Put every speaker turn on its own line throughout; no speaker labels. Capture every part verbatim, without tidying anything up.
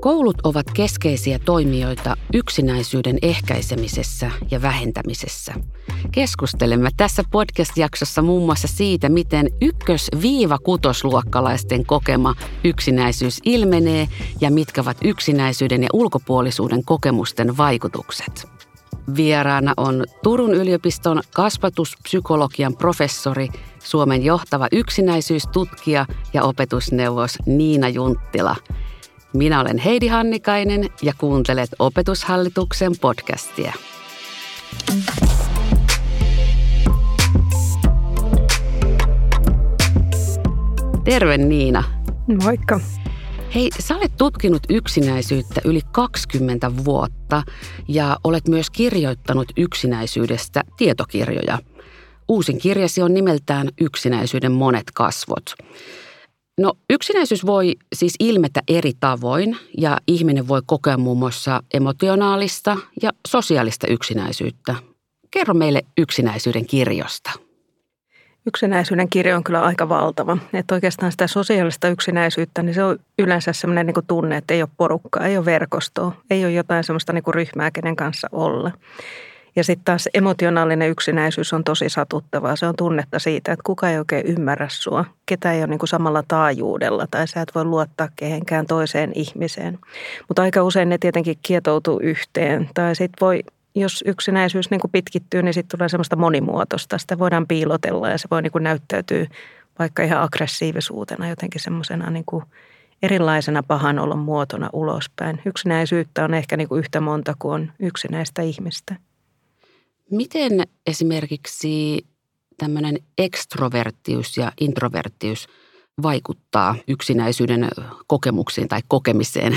Koulut ovat keskeisiä toimijoita yksinäisyyden ehkäisemisessä ja vähentämisessä. Keskustelemme tässä podcast-jaksossa muun muassa siitä, miten ykkös-kutosluokkalaisten kokema yksinäisyys ilmenee ja mitkä ovat yksinäisyyden ja ulkopuolisuuden kokemusten vaikutukset. Vieraana on Turun yliopiston kasvatuspsykologian professori, Suomen johtava yksinäisyystutkija ja opetusneuvos Niina Junttila. Minä olen Heidi Hannikainen ja kuuntelet Opetushallituksen podcastia. Terve Niina.
Moikka.
Hei, sä olet tutkinut yksinäisyyttä yli kaksikymmentä vuotta ja olet myös kirjoittanut yksinäisyydestä tietokirjoja. Uusin kirjasi on nimeltään Yksinäisyyden monet kasvot. No, yksinäisyys voi siis ilmetä eri tavoin ja ihminen voi kokea muun muassa emotionaalista ja sosiaalista yksinäisyyttä. Kerro meille yksinäisyyden kirjosta.
Yksinäisyyden kirjo on kyllä aika valtava. Että oikeastaan sitä sosiaalista yksinäisyyttä, niin se on yleensä sellainen niin kuin tunne, että ei ole porukkaa, ei ole verkostoa, ei ole jotain sellaista niin kuin ryhmää, kenen kanssa olla. Ja sitten taas emotionaalinen yksinäisyys on tosi satuttavaa. Se on tunnetta siitä, että kuka ei oikein ymmärrä sua, ketä ei ole niin kuin samalla taajuudella tai sä et voi luottaa kehenkään toiseen ihmiseen. Mutta aika usein ne tietenkin kietoutuu yhteen tai sitten voi, jos yksinäisyys niin kuin pitkittyy, niin sitten tulee semmoista monimuotoista. Sitä voidaan piilotella ja se voi niin kuin näyttäytyä vaikka ihan aggressiivisuutena, jotenkin semmoisena niin kuin erilaisena pahan olon muotona ulospäin. Yksinäisyyttä on ehkä niin kuin yhtä monta kuin on yksinäistä ihmistä.
Miten esimerkiksi tämmöinen ekstroverttius ja introverttius vaikuttaa yksinäisyyden kokemuksiin tai kokemiseen?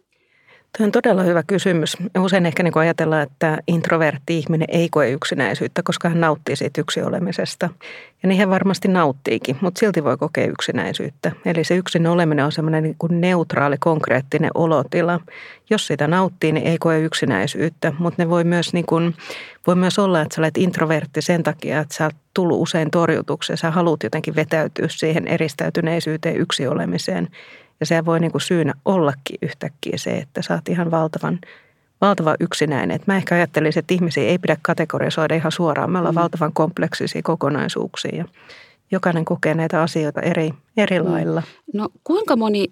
Tuo on todella hyvä kysymys. Usein ehkä niin kuin ajatellaan, että introvertti ihminen ei koe yksinäisyyttä, koska hän nauttii siitä yksin olemisesta. Ja niin hän varmasti nauttiikin, mutta silti voi kokea yksinäisyyttä. Eli se yksin oleminen on semmoinen niin kuin neutraali, konkreettinen olotila. Jos sitä nauttii, niin ei koe yksinäisyyttä, mutta ne voi myös, niin kuin, voi myös olla, että sä olet introvertti sen takia, että sä oot tullut usein torjutuksi ja sä haluat jotenkin vetäytyä siihen eristäytyneisyyteen, yksin olemiseen. Ja se voi niin kuin syynä ollakin yhtäkkiä se, että sä oot ihan valtavan, valtavan yksinäinen. Et mä ehkä ajattelisin, että ihmisiä ei pidä kategorisoida ihan suoraan. Me ollaan mm. valtavan kompleksisia kokonaisuuksia ja jokainen kokee näitä asioita eri, eri mm. lailla.
No kuinka moni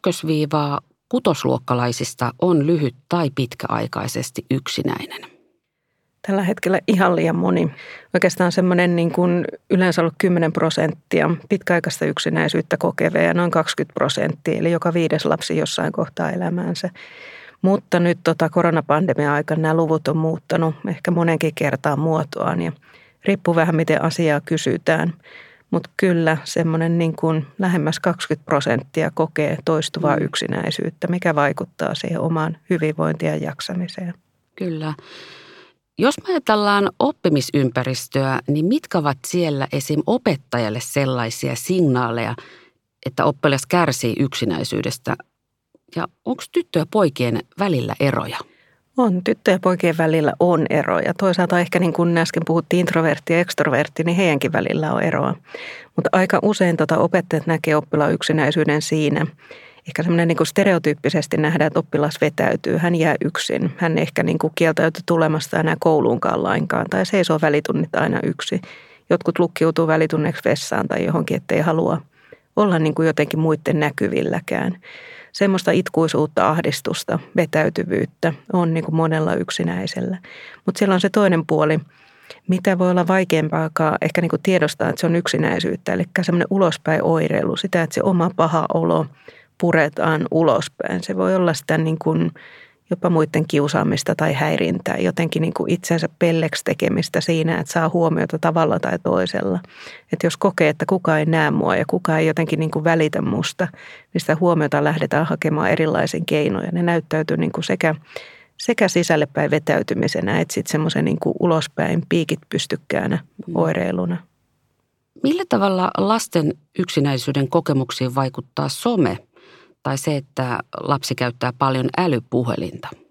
ykkös-kutosluokkalaisista on lyhyt tai pitkäaikaisesti yksinäinen?
Tällä hetkellä ihan liian moni. Oikeastaan semmoinen niin kuin yleensä ollut kymmenen prosenttia pitkäaikaista yksinäisyyttä kokevia ja noin kaksikymmentä prosenttia, eli joka viides lapsi jossain kohtaa elämäänsä. Mutta nyt tota koronapandemian aikana nämä luvut on muuttanut ehkä monenkin kertaan muotoaan ja riippuu vähän miten asiaa kysytään. Mutta kyllä semmoinen niin kuin lähemmäs kaksikymmentä prosenttia kokee toistuvaa mm. yksinäisyyttä, mikä vaikuttaa siihen omaan hyvinvointiin ja jaksamiseen.
Kyllä. Jos me ajatellaan oppimisympäristöä, niin mitkä ovat siellä esim. Opettajalle sellaisia signaaleja, että oppilas kärsii yksinäisyydestä? Ja onko tyttö- ja poikien välillä eroja?
On. Tyttö- ja poikien välillä on eroja. Toisaalta ehkä niin kuin äsken puhuttiin introvertti ja ekstrovertti, niin heidänkin välillä on eroa. Mutta aika usein tota opettajat näkee oppilaan yksinäisyyden siinä. Ehkä semmoinen niin kuin stereotyyppisesti nähdään, että oppilas vetäytyy, hän jää yksin. Hän ehkä niin kuin kieltäytyy tulemasta enää kouluunkaan lainkaan tai seisoo välitunnit aina yksin. Jotkut lukkiutuu välitunneksi vessaan tai johonkin, ettei halua olla niin kuin jotenkin muiden näkyvilläkään. Semmoista itkuisuutta, ahdistusta, vetäytyvyyttä on niin kuin monella yksinäisellä. Mutta siellä on se toinen puoli, mitä voi olla vaikeampaakaan ehkä niin kuin tiedostaa, että se on yksinäisyyttä. Eli semmoinen ulospäin oireilu, sitä, että se oma paha olo puretaan ulospäin. Se voi olla sitä niin kuin jopa muiden kiusaamista tai häirintää, jotenkin niin kuin itsensä pelleksi tekemistä siinä, että saa huomiota tavalla tai toisella. Että jos kokee, että kukaan ei näe mua ja kukaan ei jotenkin niin kuin välitä musta, niin sitä huomiota lähdetään hakemaan erilaisin keinoja. Ne näyttäytyy niin kuin sekä, sekä sisällepäin vetäytymisenä, että sitten semmoisen niin kuin ulospäin piikit pystykkäänä oireiluna.
Millä tavalla lasten yksinäisyyden kokemuksiin vaikuttaa some tai se, että lapsi käyttää paljon älypuhelinta?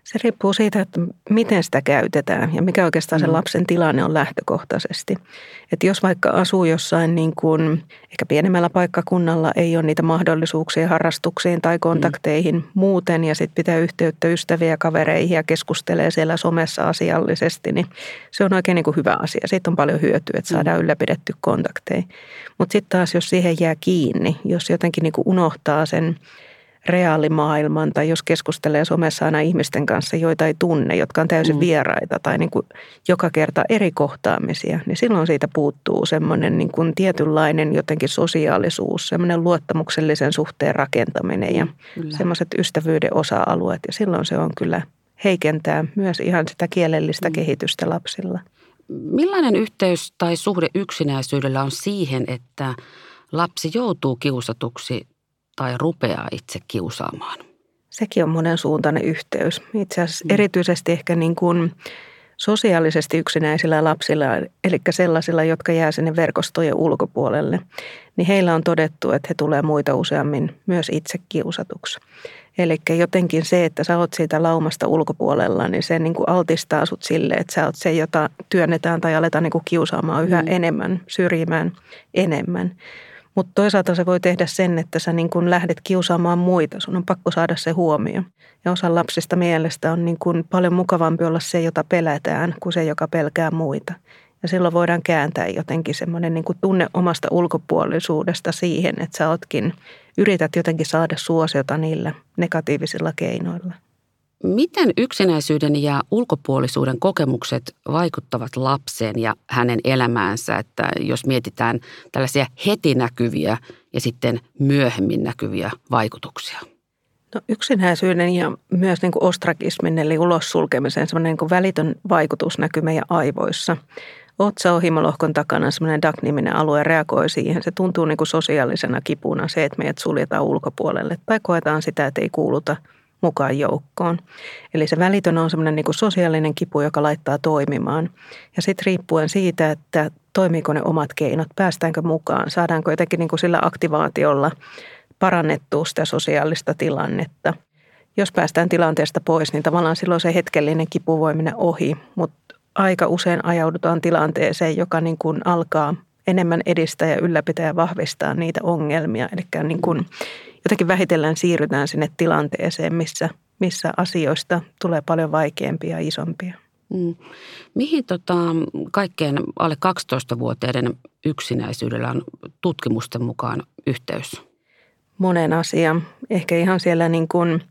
Se riippuu siitä, että miten sitä käytetään ja mikä oikeastaan se lapsen tilanne on lähtökohtaisesti. Että jos vaikka asuu jossain niin kuin ehkä pienemmällä paikkakunnalla, ei ole niitä mahdollisuuksia harrastuksiin tai kontakteihin mm. muuten ja sitten pitää yhteyttä ystäviä ja kavereihin ja keskustelee siellä somessa asiallisesti, niin se on oikein niin kuin hyvä asia. Siitä on paljon hyötyä, että saadaan mm. ylläpidetty kontakteja. Mutta sitten taas, jos siihen jää kiinni, jos jotenkin niin kuin unohtaa sen reaalimaailman tai jos keskustelee somessa aina ihmisten kanssa, joita ei tunne, jotka on täysin mm. vieraita tai niin kuin joka kerta eri kohtaamisia, niin silloin siitä puuttuu semmoinen niin kuin tietynlainen jotenkin sosiaalisuus, semmoinen luottamuksellisen suhteen rakentaminen ja kyllä. semmoiset ystävyyden osa-alueet ja silloin se on kyllä heikentää myös ihan sitä kielellistä mm. kehitystä lapsilla.
Millainen yhteys tai suhde yksinäisyydellä on siihen, että lapsi joutuu kiusatuksi tai rupeaa itse kiusaamaan?
Sekin on monensuuntainen yhteys. Itse asiassa mm. erityisesti ehkä niin kuin sosiaalisesti yksinäisillä lapsilla, eli sellaisilla, jotka jää sinne verkostojen ulkopuolelle, niin heillä on todettu, että he tulee muita useammin myös itse kiusatuksi. Eli jotenkin se, että sä oot siitä laumasta ulkopuolella, niin se niin kuin altistaa sut sille, että sä oot se, jota työnnetään tai aletaan niin kuin kiusaamaan yhä mm. enemmän, syrjimään enemmän. Mutta toisaalta se voi tehdä sen, että sä niin kun lähdet kiusaamaan muita. Sun on pakko saada se huomio. Ja osa lapsista mielestä on niin kun paljon mukavampi olla se, jota pelätään, kuin se, joka pelkää muita. Ja silloin voidaan kääntää jotenkin semmoinen niin kun tunne omasta ulkopuolisuudesta siihen, että sä ootkin, yrität jotenkin saada suosiota niillä negatiivisilla keinoilla.
Miten yksinäisyyden ja ulkopuolisuuden kokemukset vaikuttavat lapseen ja hänen elämäänsä, että jos mietitään tällaisia heti näkyviä ja sitten myöhemmin näkyviä vaikutuksia?
No, yksinäisyyden ja myös niin kuin ostrakismin eli ulos sulkemisen semmoinen niin kuin välitön vaikutus näkyy meidän aivoissa. Otsaohimolohkon takana semmoinen D A C-niminen alue reagoi siihen. Se tuntuu niin kuin sosiaalisena kipuna se, että meidät suljetaan ulkopuolelle tai koetaan sitä, että ei kuuluta mukaan joukkoon. Eli se välitön on semmoinen niin kuin sosiaalinen kipu, joka laittaa toimimaan. Ja sitten riippuen siitä, että toimiiko ne omat keinot, päästäänkö mukaan, saadaanko jotenkin niin kuin sillä aktivaatiolla parannettua sitä sosiaalista tilannetta. Jos päästään tilanteesta pois, niin tavallaan silloin se hetkellinen kipu voi mennä ohi, mutta aika usein ajaudutaan tilanteeseen, joka niin kuin alkaa enemmän edistää ja ylläpitää ja vahvistaa niitä ongelmia. Eli niin kuin jotenkin vähitellen siirrytään sinne tilanteeseen, missä, missä asioista tulee paljon vaikeampia ja isompia.
Mm. Mihin tota, kaikkeen alle kaksitoistavuotiaiden yksinäisyydellä on tutkimusten mukaan yhteys?
Monen asian. Ehkä ihan siellä niin kuin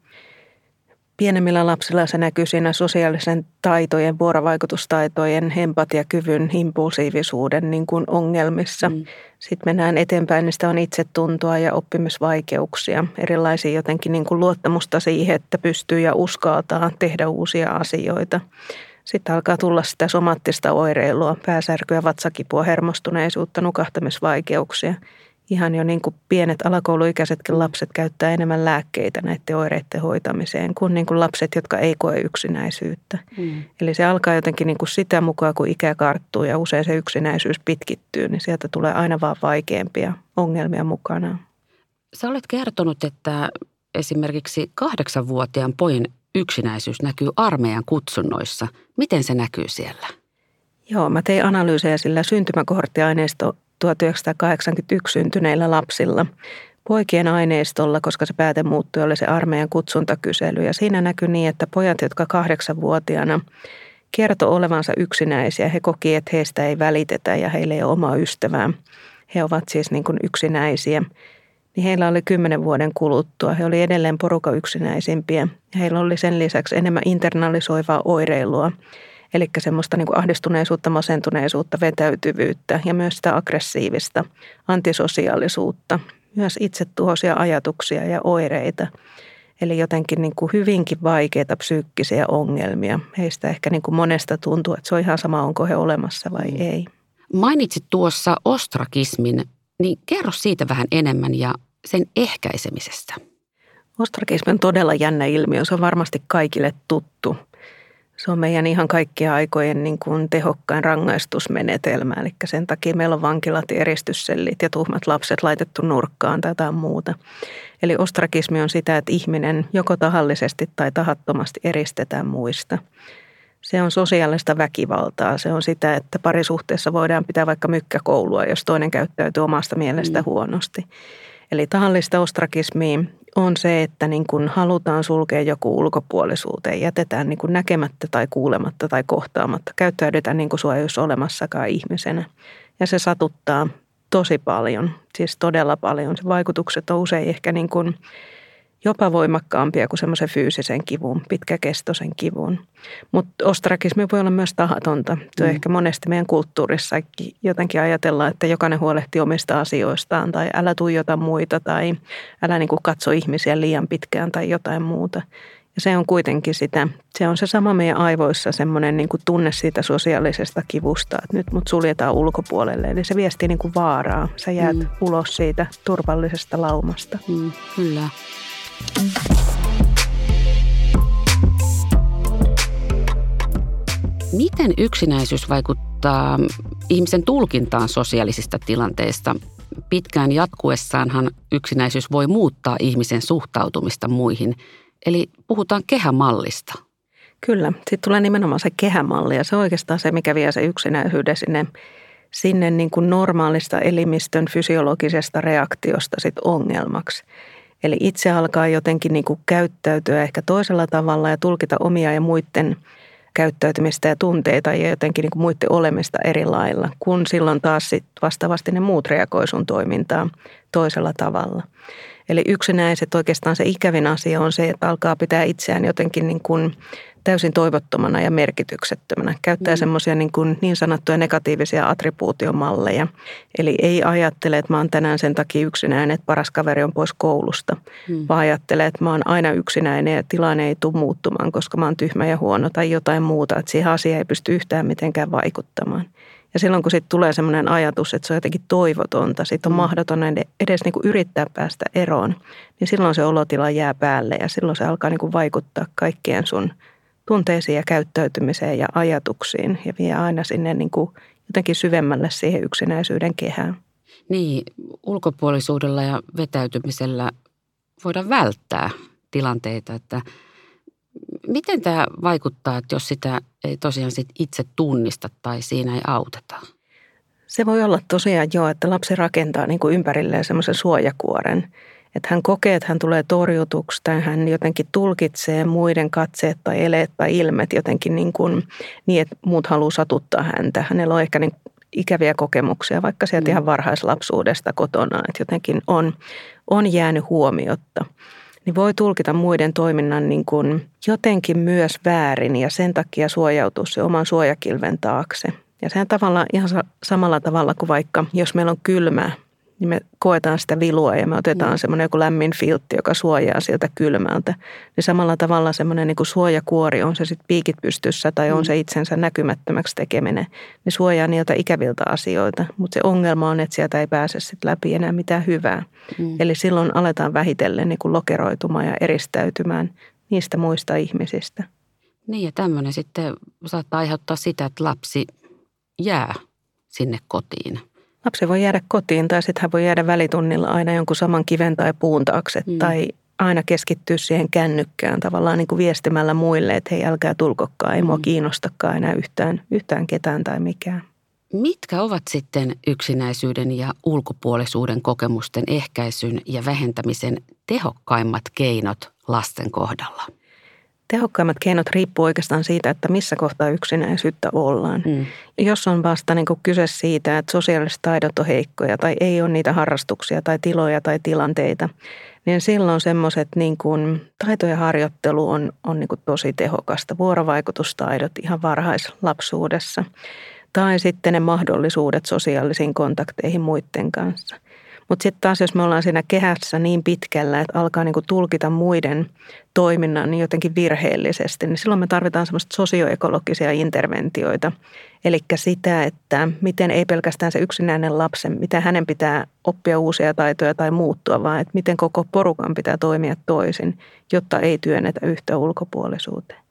pienemmillä lapsilla se näkyy siinä sosiaalisen taitojen, vuorovaikutustaitojen, empatiakyvyn, impulsiivisuuden niin kuin ongelmissa. Mm. Sitten mennään eteenpäin, niin sitä on itsetuntoa ja oppimisvaikeuksia. Erilaisia jotenkin niin kuin luottamusta siihen, että pystyy ja uskaltaa tehdä uusia asioita. Sitten alkaa tulla sitä somaattista oireilua, pääsärkyä, vatsakipua, hermostuneisuutta, nukahtamisvaikeuksia. Ihan jo niin kuin pienet alakouluikäisetkin lapset käyttää enemmän lääkkeitä näiden oireiden hoitamiseen kuin, niin kuin lapset, jotka ei koe yksinäisyyttä. Mm. Eli se alkaa jotenkin niin kuin sitä mukaan, kun ikä karttuu ja usein se yksinäisyys pitkittyy, niin sieltä tulee aina vaan vaikeampia ongelmia mukana.
Sä olet kertonut, että esimerkiksi kahdeksanvuotiaan pojan yksinäisyys näkyy armeijan kutsunnoissa. Miten se näkyy siellä?
Joo, mä tein analyysejä sillä syntymäkohorttiaineisto tuhatyhdeksänsataakahdeksankymmentäyksi syntyneillä lapsilla. Poikien aineistolla, koska se päätemuuttui, oli se armeijan kutsuntakysely. Ja siinä näkyi niin, että pojat, jotka kahdeksanvuotiaana kertoi olevansa yksinäisiä, he koki, että heistä ei välitetä ja heillä ei ole omaa ystävää. He ovat siis niin kuin yksinäisiä. Niin heillä oli kymmenen vuoden kuluttua. He oli edelleen porukan yksinäisimpiä. Heillä oli sen lisäksi enemmän internalisoivaa oireilua. Eli semmoista niin kuin ahdistuneisuutta, masentuneisuutta, vetäytyvyyttä ja myös sitä aggressiivista antisosiaalisuutta. Myös itsetuhoisia ajatuksia ja oireita. Eli jotenkin niin kuin hyvinkin vaikeita psyykkisiä ongelmia. Heistä ehkä niin kuin monesta tuntuu, että se on ihan sama, onko he olemassa vai ei.
Mainitsit tuossa ostrakismin, niin kerro siitä vähän enemmän ja sen ehkäisemisestä.
Ostrakismi on todella jännä ilmiö. Se on varmasti kaikille tuttu. Se on meidän ihan kaikkien aikojen niin kuin tehokkain rangaistusmenetelmä. Eli sen takia meillä on vankilat, eristyssellit ja tuhmat lapset laitettu nurkkaan tai jotain muuta. Eli ostrakismi on sitä, että ihminen joko tahallisesti tai tahattomasti eristetään muista. Se on sosiaalista väkivaltaa. Se on sitä, että parisuhteessa voidaan pitää vaikka mykkäkoulua, jos toinen käyttäytyy omasta mielestä mm. huonosti. Eli tahallista ostrakismia on se, että niin kun halutaan sulkea joku ulkopuolisuuteen, jätetään niin kun näkemättä tai kuulematta tai kohtaamatta. Käyttäydytään niin kuin sua ei olisi olemassakaan ihmisenä. Ja se satuttaa tosi paljon, siis todella paljon. Se vaikutukset on usein ehkä niin kuin jopa voimakkaampia kuin semmoisen fyysisen kivun, pitkäkestoisen kivun. Mutta ostrakismi voi olla myös tahatonta. Se on mm. ehkä monesti meidän kulttuurissakin jotenkin ajatellaan, että jokainen huolehtii omista asioistaan tai älä tuijota muita tai älä niin kuin katso ihmisiä liian pitkään tai jotain muuta. Ja se on kuitenkin sitä, se on se sama meidän aivoissa semmoinen niin kuin tunne siitä sosiaalisesta kivusta, että nyt mut suljetaan ulkopuolelle. Eli se viestii niin kuin vaaraa. Sä jäät mm. ulos siitä turvallisesta laumasta.
Mm, kyllä. Miten yksinäisyys vaikuttaa ihmisen tulkintaan sosiaalisista tilanteista? Pitkään jatkuessaanhan yksinäisyys voi muuttaa ihmisen suhtautumista muihin. Eli puhutaan kehämallista.
Kyllä, sitten tulee nimenomaan se kehämalli ja se on oikeastaan se, mikä vie se yksinäisyyden sinne, sinne niin kuin normaalista elimistön fysiologisesta reaktiosta sit ongelmaksi. Eli itse alkaa jotenkin niin kuin käyttäytyä ehkä toisella tavalla ja tulkita omia ja muiden käyttäytymistä ja tunteita ja jotenkin niin kuin muiden olemista eri lailla, kun silloin taas sit vastaavasti ne muut reagoi sun toimintaan toisella tavalla. Eli yksinäiset oikeastaan se ikävin asia on se, että alkaa pitää itseään jotenkin niin kuin täysin toivottomana ja merkityksettömänä. Käyttää mm. semmoisia niin kuin niin sanottuja negatiivisia attribuutiomalleja. Eli ei ajattele, että mä oon tänään sen takia yksinäinen, että paras kaveri on pois koulusta. Mm. Vaan ajattelee, että mä oon aina yksinäinen ja tilanne ei tule muuttumaan, koska mä oon tyhmä ja huono tai jotain muuta. Että siihen asiaan ei pysty yhtään mitenkään vaikuttamaan. Ja silloin kun sitten tulee semmoinen ajatus, että se on jotenkin toivotonta, sitten on mm. mahdoton edes niin kuin yrittää päästä eroon, niin silloin se olotila jää päälle ja silloin se alkaa niin kuin vaikuttaa kaikkien sun tunteisiin ja käyttäytymiseen ja ajatuksiin ja vie aina sinne niin kuin jotenkin syvemmälle siihen yksinäisyyden kehään.
Niin, ulkopuolisuudella ja vetäytymisellä voidaan välttää tilanteita, että miten tämä vaikuttaa, että jos sitä ei tosiaan sit itse tunnista tai siinä ei auteta?
Se voi olla tosiaan jo, että lapsi rakentaa niin kuin ympärilleen semmoisen suojakuoren. Että hän kokee, että hän tulee torjutuksi tai hän jotenkin tulkitsee muiden katseet tai eleet tai ilmet jotenkin niin, kuin, niin että muut haluaa satuttaa häntä. Hänellä on ehkä niin ikäviä kokemuksia, vaikka sieltä mm. ihan varhaislapsuudesta kotona, että jotenkin on, on jäänyt huomiotta. Niin voi tulkita muiden toiminnan niin kuin jotenkin myös väärin ja sen takia suojautua se oman suojakilven taakse. Ja sehän tavallaan ihan samalla tavalla kuin vaikka, jos meillä on kylmää, niin me koetaan sitä vilua ja me otetaan mm. semmoinen joku lämmin filtti, joka suojaa siltä kylmältä. Niin samalla tavalla semmoinen niin kuin suojakuori, on se sitten piikit pystyssä tai on mm. se itsensä näkymättömäksi tekeminen, niin suojaa niiltä ikäviltä asioita. Mutta se ongelma on, että sieltä ei pääse sitten läpi enää mitään hyvää. Mm. Eli silloin aletaan vähitellen niin kuin lokeroitumaan ja eristäytymään niistä muista ihmisistä.
Niin ja tämmöinen sitten saattaa aiheuttaa sitä, että lapsi jää sinne kotiin.
Lapsi voi jäädä kotiin tai sitten hän voi jäädä välitunnilla aina jonkun saman kiven tai puun taakse mm. tai aina keskittyä siihen kännykkään tavallaan niin kuin viestimällä muille, että hei älkää tulkokkaan, ei mm. mua kiinnostakaan enää yhtään, yhtään ketään tai mikään.
Mitkä ovat sitten yksinäisyyden ja ulkopuolisuuden kokemusten ehkäisyn ja vähentämisen tehokkaimmat keinot lasten kohdalla?
Tehokkaimmat keinot riippuu oikeastaan siitä, että missä kohtaa yksinäisyyttä ollaan. Mm. Jos on vasta niin kuin kyse siitä, että sosiaaliset taidot on heikkoja tai ei ole niitä harrastuksia tai tiloja tai tilanteita, niin silloin semmoiset niin kuin taitojen harjoittelu on, on niin kuin tosi tehokasta. Vuorovaikutustaidot ihan varhaislapsuudessa tai sitten ne mahdollisuudet sosiaalisiin kontakteihin muiden kanssa. Mutta sitten taas, jos me ollaan siinä kehässä niin pitkällä, että alkaa niinku tulkita muiden toiminnan niin jotenkin virheellisesti, niin silloin me tarvitaan semmoista sosioekologisia interventioita. Eli sitä, että miten ei pelkästään se yksinäinen lapsen, miten hänen pitää oppia uusia taitoja tai muuttua, vaan että miten koko porukan pitää toimia toisin, jotta ei työnnetä yhtä ulkopuolisuuteen.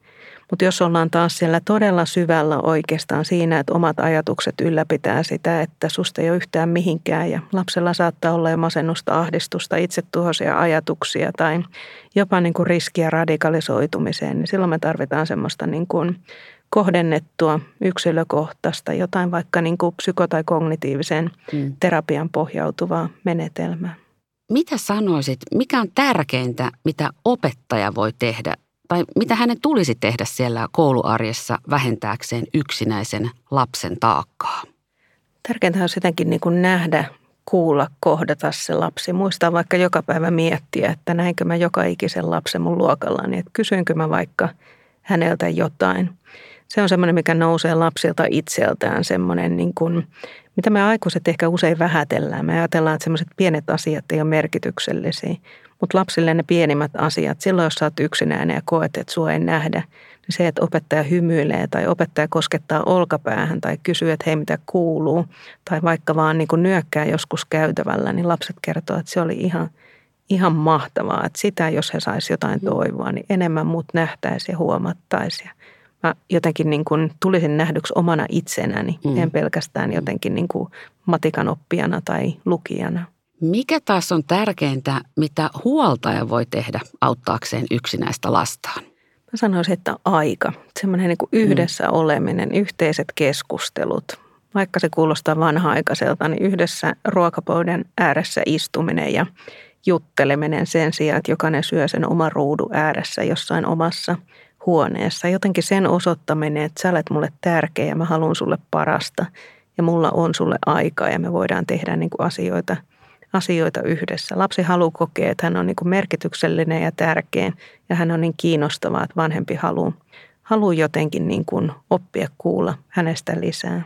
Mutta jos ollaan taas siellä todella syvällä oikeastaan siinä, että omat ajatukset ylläpitää sitä, että susta ei ole yhtään mihinkään ja lapsella saattaa olla jo masennusta, ahdistusta, itsetuhoisia ajatuksia tai jopa niin kuin riskiä radikalisoitumiseen, niin silloin me tarvitaan semmoista niin kuin kohdennettua, yksilökohtaista, jotain vaikka niin kuin psyko- tai kognitiivisen hmm. terapian pohjautuvaa menetelmää.
Mitä sanoisit, mikä on tärkeintä, mitä opettaja voi tehdä tai mitä hänen tulisi tehdä siellä kouluarjessa vähentääkseen yksinäisen lapsen taakkaa?
Tärkeintä on sitäkin niin kuin nähdä, kuulla, kohdata se lapsi. Muistaa vaikka joka päivä miettiä, että näinkö mä joka ikisen lapsen mun luokallani, että kysyinkö mä vaikka häneltä jotain. Se on semmoinen, mikä nousee lapsilta itseltään, semmoinen niin kuin, mitä me aikuiset ehkä usein vähätellään. Me ajatellaan, että semmoiset pienet asiat ei ole merkityksellisiä, mutta lapsille ne pienimmät asiat, silloin jos sä oot yksinäinen ja koet, että sua ei nähdä, niin se, että opettaja hymyilee tai opettaja koskettaa olkapäähän tai kysyy, että hei mitä kuuluu, tai vaikka vaan niin kuin nyökkää joskus käytävällä, niin lapset kertoo, että se oli ihan, ihan mahtavaa, että sitä jos he sais jotain toivoa, niin enemmän muut nähtäisiin ja huomattaisiin. Mä jotenkin niin kuin tulisin nähdyksi omana itsenäni, mm. en pelkästään jotenkin niin kuin matikan oppijana tai lukijana.
Mikä taas on tärkeintä, mitä huoltaja voi tehdä auttaakseen yksinäistä lastaan?
Mä sanoisin, että aika. Semmoinen niin kuin yhdessä mm. oleminen, yhteiset keskustelut. Vaikka se kuulostaa vanha-aikaiselta, niin yhdessä ruokapöydän ääressä istuminen ja jutteleminen sen sijaan, että jokainen syö sen oman ruudun ääressä jossain omassa huoneessa. Jotenkin sen osoittaminen, että sä olet mulle tärkeä ja mä haluan sulle parasta ja mulla on sulle aikaa ja me voidaan tehdä niin kuin asioita, asioita yhdessä. Lapsi haluaa kokea, että hän on niin kuin merkityksellinen ja tärkeä ja hän on niin kiinnostava, että vanhempi haluaa, haluaa jotenkin niin kuin oppia kuulla hänestä lisää.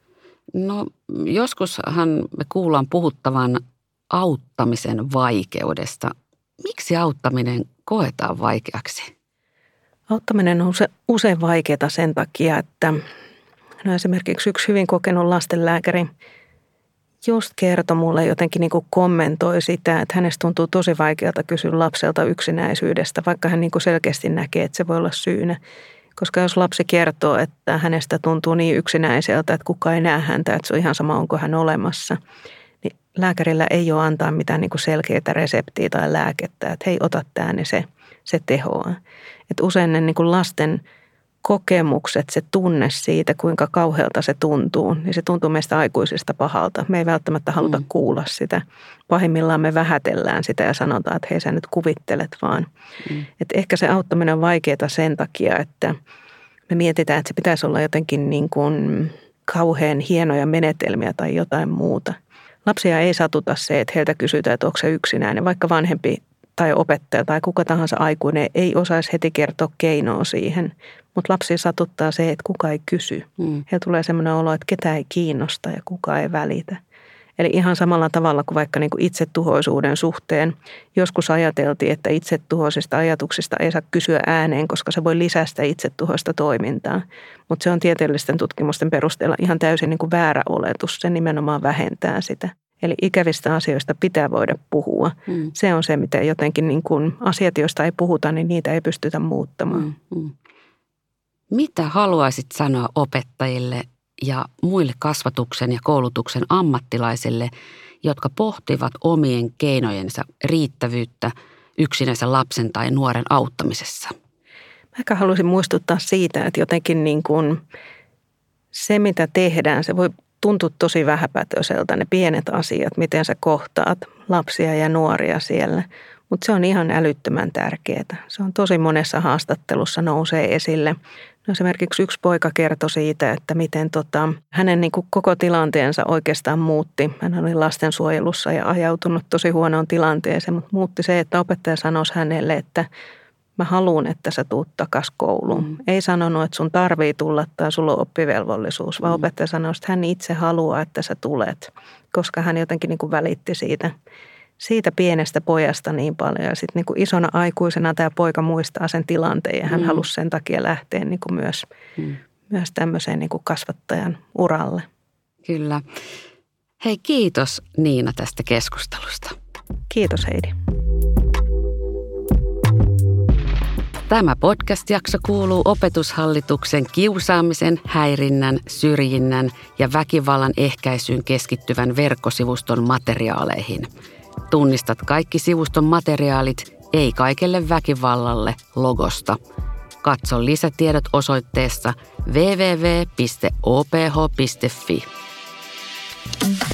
No joskushan me kuullaan puhuttavan auttamisen vaikeudesta. Miksi auttaminen koetaan vaikeaksi?
Auttaminen on usein vaikeaa sen takia, että no esimerkiksi yksi hyvin kokenut lastenlääkäri just kertoi mulle jotenkin niin kuin kommentoi sitä, että hänestä tuntuu tosi vaikealta kysyä lapselta yksinäisyydestä, vaikka hän niin kuin selkeästi näkee, että se voi olla syynä. Koska jos lapsi kertoo, että hänestä tuntuu niin yksinäiseltä, että kukaan ei näe häntä, että se on ihan sama, onko hän olemassa, niin lääkärillä ei ole antaa mitään niin kuin selkeää reseptiä tai lääkettä, että hei, ota tämä, niin se, se tehoaa. Että usein ne niin kuin lasten kokemukset, se tunne siitä, kuinka kauhealta se tuntuu, niin se tuntuu meistä aikuisista pahalta. Me ei välttämättä haluta mm. kuulla sitä. Pahimmillaan me vähätellään sitä ja sanotaan, että hei sä nyt kuvittelet vaan. Mm. Että ehkä se auttaminen on vaikeaa sen takia, että me mietitään, että se pitäisi olla jotenkin niin kuin kauhean hienoja menetelmiä tai jotain muuta. Lapsia ei satuta se, että heiltä kysytään, että onko se yksinäinen, vaikka vanhempi tai opettaja tai kuka tahansa aikuinen ei osaisi heti kertoa keinoa siihen. Mutta lapsia satuttaa se, että kuka ei kysy. Mm. Heillä tulee sellainen olo, että ketä ei kiinnosta ja kuka ei välitä. Eli ihan samalla tavalla kuin vaikka niinku itsetuhoisuuden suhteen. Joskus ajateltiin, että itsetuhoisista ajatuksista ei saa kysyä ääneen, koska se voi lisästä itsetuhoista toimintaa. Mutta se on tieteellisten tutkimusten perusteella ihan täysin niinku väärä oletus. Se nimenomaan vähentää sitä. Eli ikävistä asioista pitää voida puhua. Mm. Se on se, mitä jotenkin niin kuin asiat, joista ei puhuta, niin niitä ei pystytä muuttamaan. Mm, mm.
Mitä haluaisit sanoa opettajille ja muille kasvatuksen ja koulutuksen ammattilaisille, jotka pohtivat omien keinojensa riittävyyttä yksinäisen lapsen tai nuoren auttamisessa?
Mä ehkä haluaisin muistuttaa siitä, että jotenkin niin kuin se, mitä tehdään, se voi tuntua tosi vähäpätöiseltä, ne pienet asiat, miten sä kohtaat lapsia ja nuoria siellä. Mutta se on ihan älyttömän tärkeää. Se on tosi monessa haastattelussa nousee esille. No esimerkiksi yksi poika kertoi siitä, että miten tota, hänen niin kuin koko tilanteensa oikeastaan muutti. Hän oli lastensuojelussa ja ajautunut tosi huonoon tilanteeseen, mutta muutti se, että opettaja sanoisi hänelle, että mä haluan, että sä tuut takas kouluun. Mm. Ei sanonut, että sun tarvii tulla tai sulla on oppivelvollisuus, vaan mm. opettaja sanoi, että hän itse haluaa, että sä tulet, koska hän jotenkin niin kuin välitti siitä, siitä pienestä pojasta niin paljon. Ja sitten niin kuin isona aikuisena tämä poika muistaa sen tilanteen ja hän mm. halusi sen takia lähteä niin kuin myös, mm. myös tämmöiseen niin kuin kasvattajan uralle.
Kyllä. Hei, kiitos Niina tästä keskustelusta.
Kiitos Heidi.
Tämä podcast-jakso kuuluu Opetushallituksen kiusaamisen, häirinnän, syrjinnän ja väkivallan ehkäisyyn keskittyvän verkkosivuston materiaaleihin. Tunnistat kaikki sivuston materiaalit Ei kaikelle väkivallalle -logosta. Katso lisätiedot osoitteessa double-u double-u double-u piste o p h piste f i.